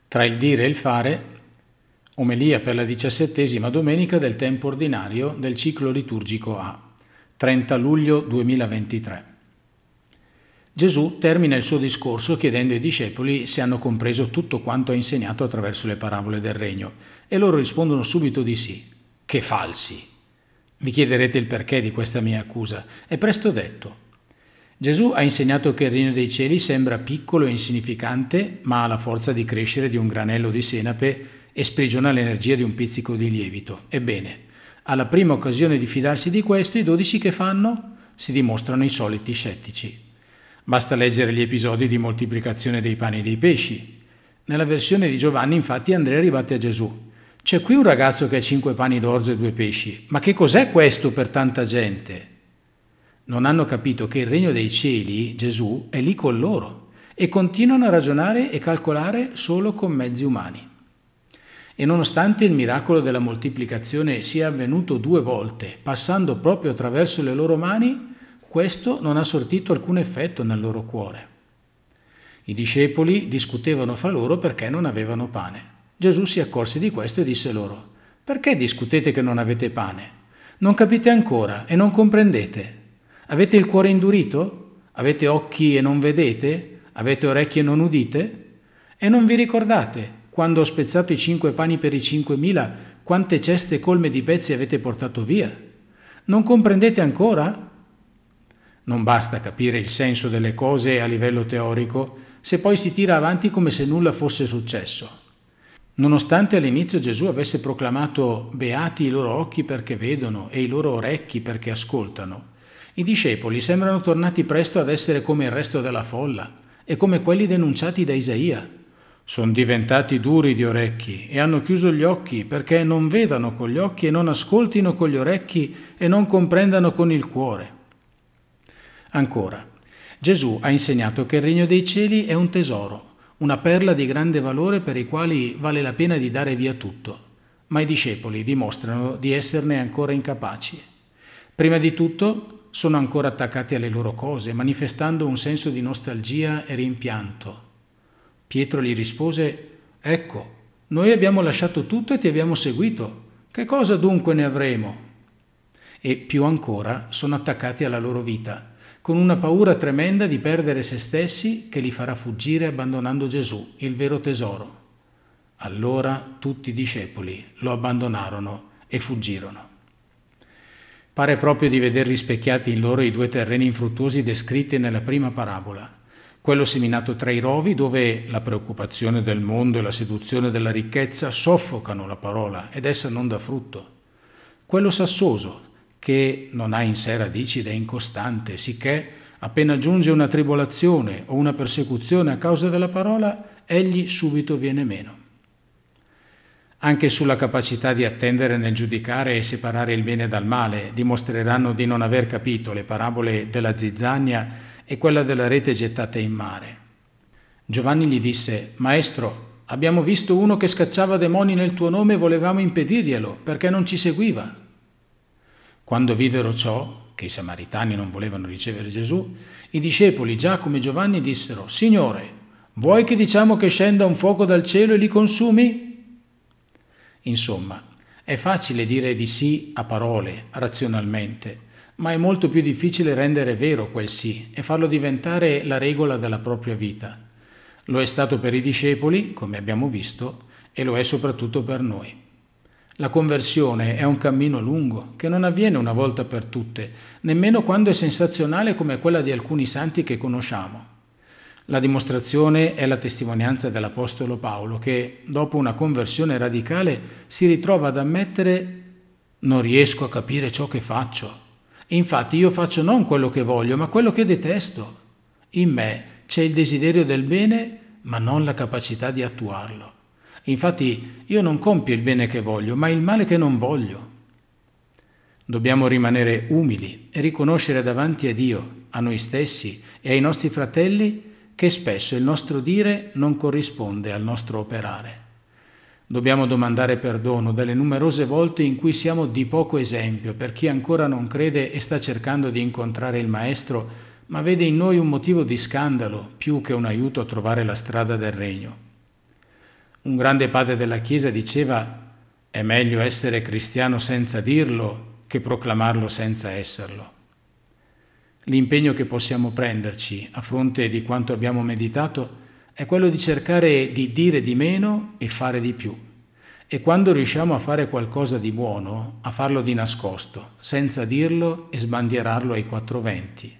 Tra il dire e il fare, omelia per la 17ª domenica del tempo ordinario del ciclo liturgico A, 30 luglio 2023. Gesù termina il suo discorso chiedendo ai discepoli se hanno compreso tutto quanto ha insegnato attraverso le parabole del regno, e loro rispondono subito di sì. Che falsi! Vi chiederete il perché di questa mia accusa. È presto detto. Gesù ha insegnato che il regno dei cieli sembra piccolo e insignificante, ma ha la forza di crescere di un granello di senape e sprigiona l'energia di un pizzico di lievito. Ebbene, alla prima occasione di fidarsi di questo, i 12 che fanno? Si dimostrano i soliti scettici. Basta leggere gli episodi di moltiplicazione dei pani e dei pesci. Nella versione di Giovanni, infatti, Andrea ribatte a Gesù: «C'è qui un ragazzo che ha 5 pani d'orzo e 2 pesci. Ma che cos'è questo per tanta gente?» Non hanno capito che il regno dei cieli, Gesù, è lì con loro e continuano a ragionare e calcolare solo con mezzi umani. E nonostante il miracolo della moltiplicazione sia avvenuto 2 volte, passando proprio attraverso le loro mani, questo non ha sortito alcun effetto nel loro cuore. I discepoli discutevano fra loro perché non avevano pane. Gesù si accorse di questo e disse loro: «Perché discutete che non avete pane? Non capite ancora e non comprendete? Avete il cuore indurito? Avete occhi e non vedete? Avete orecchie e non udite? E non vi ricordate, quando ho spezzato i 5 pani per i 5.000, quante ceste colme di pezzi avete portato via? Non comprendete ancora?» Non basta capire il senso delle cose a livello teorico, se poi si tira avanti come se nulla fosse successo. Nonostante all'inizio Gesù avesse proclamato «beati i loro occhi perché vedono e i loro orecchi perché ascoltano», i discepoli sembrano tornati presto ad essere come il resto della folla e come quelli denunciati da Isaia. Sono diventati duri di orecchi e hanno chiuso gli occhi perché non vedano con gli occhi e non ascoltino con gli orecchi e non comprendano con il cuore. Ancora, Gesù ha insegnato che il regno dei cieli è un tesoro, una perla di grande valore per i quali vale la pena di dare via tutto, ma i discepoli dimostrano di esserne ancora incapaci. Prima di tutto, sono ancora attaccati alle loro cose, manifestando un senso di nostalgia e rimpianto. Pietro gli rispose: «Ecco, noi abbiamo lasciato tutto e ti abbiamo seguito. Che cosa dunque ne avremo?» E più ancora sono attaccati alla loro vita, con una paura tremenda di perdere se stessi che li farà fuggire abbandonando Gesù, il vero tesoro. Allora tutti i discepoli lo abbandonarono e fuggirono. Pare proprio di veder rispecchiati in loro i 2 terreni infruttuosi descritti nella prima parabola. Quello seminato tra i rovi, dove la preoccupazione del mondo e la seduzione della ricchezza soffocano la parola ed essa non dà frutto. Quello sassoso, che non ha in sé radici ed è incostante, sicché appena giunge una tribolazione o una persecuzione a causa della parola, egli subito viene meno. Anche sulla capacità di attendere nel giudicare e separare il bene dal male dimostreranno di non aver capito le parabole della zizzania e quella della rete gettata in mare. Giovanni gli disse: «Maestro, abbiamo visto uno che scacciava demoni nel tuo nome e volevamo impedirglielo perché non ci seguiva». Quando videro ciò, che i samaritani non volevano ricevere Gesù, i discepoli Giacomo e Giovanni dissero: «Signore, vuoi che diciamo che scenda un fuoco dal cielo e li consumi?» Insomma, è facile dire di sì a parole, razionalmente, ma è molto più difficile rendere vero quel sì e farlo diventare la regola della propria vita. Lo è stato per i discepoli, come abbiamo visto, e lo è soprattutto per noi. La conversione è un cammino lungo, che non avviene una volta per tutte, nemmeno quando è sensazionale come quella di alcuni santi che conosciamo. La dimostrazione è la testimonianza dell'Apostolo Paolo che, dopo una conversione radicale, si ritrova ad ammettere: «Non riesco a capire ciò che faccio. Infatti io faccio non quello che voglio, ma quello che detesto. In me c'è il desiderio del bene, ma non la capacità di attuarlo. Infatti io non compio il bene che voglio, ma il male che non voglio». Dobbiamo rimanere umili e riconoscere davanti a Dio, a noi stessi e ai nostri fratelli che spesso il nostro dire non corrisponde al nostro operare. Dobbiamo domandare perdono delle numerose volte in cui siamo di poco esempio per chi ancora non crede e sta cercando di incontrare il Maestro, ma vede in noi un motivo di scandalo più che un aiuto a trovare la strada del regno. Un grande padre della Chiesa diceva: è meglio essere cristiano senza dirlo che proclamarlo senza esserlo. L'impegno che possiamo prenderci a fronte di quanto abbiamo meditato è quello di cercare di dire di meno e fare di più. E quando riusciamo a fare qualcosa di buono, a farlo di nascosto, senza dirlo e sbandierarlo ai quattro venti.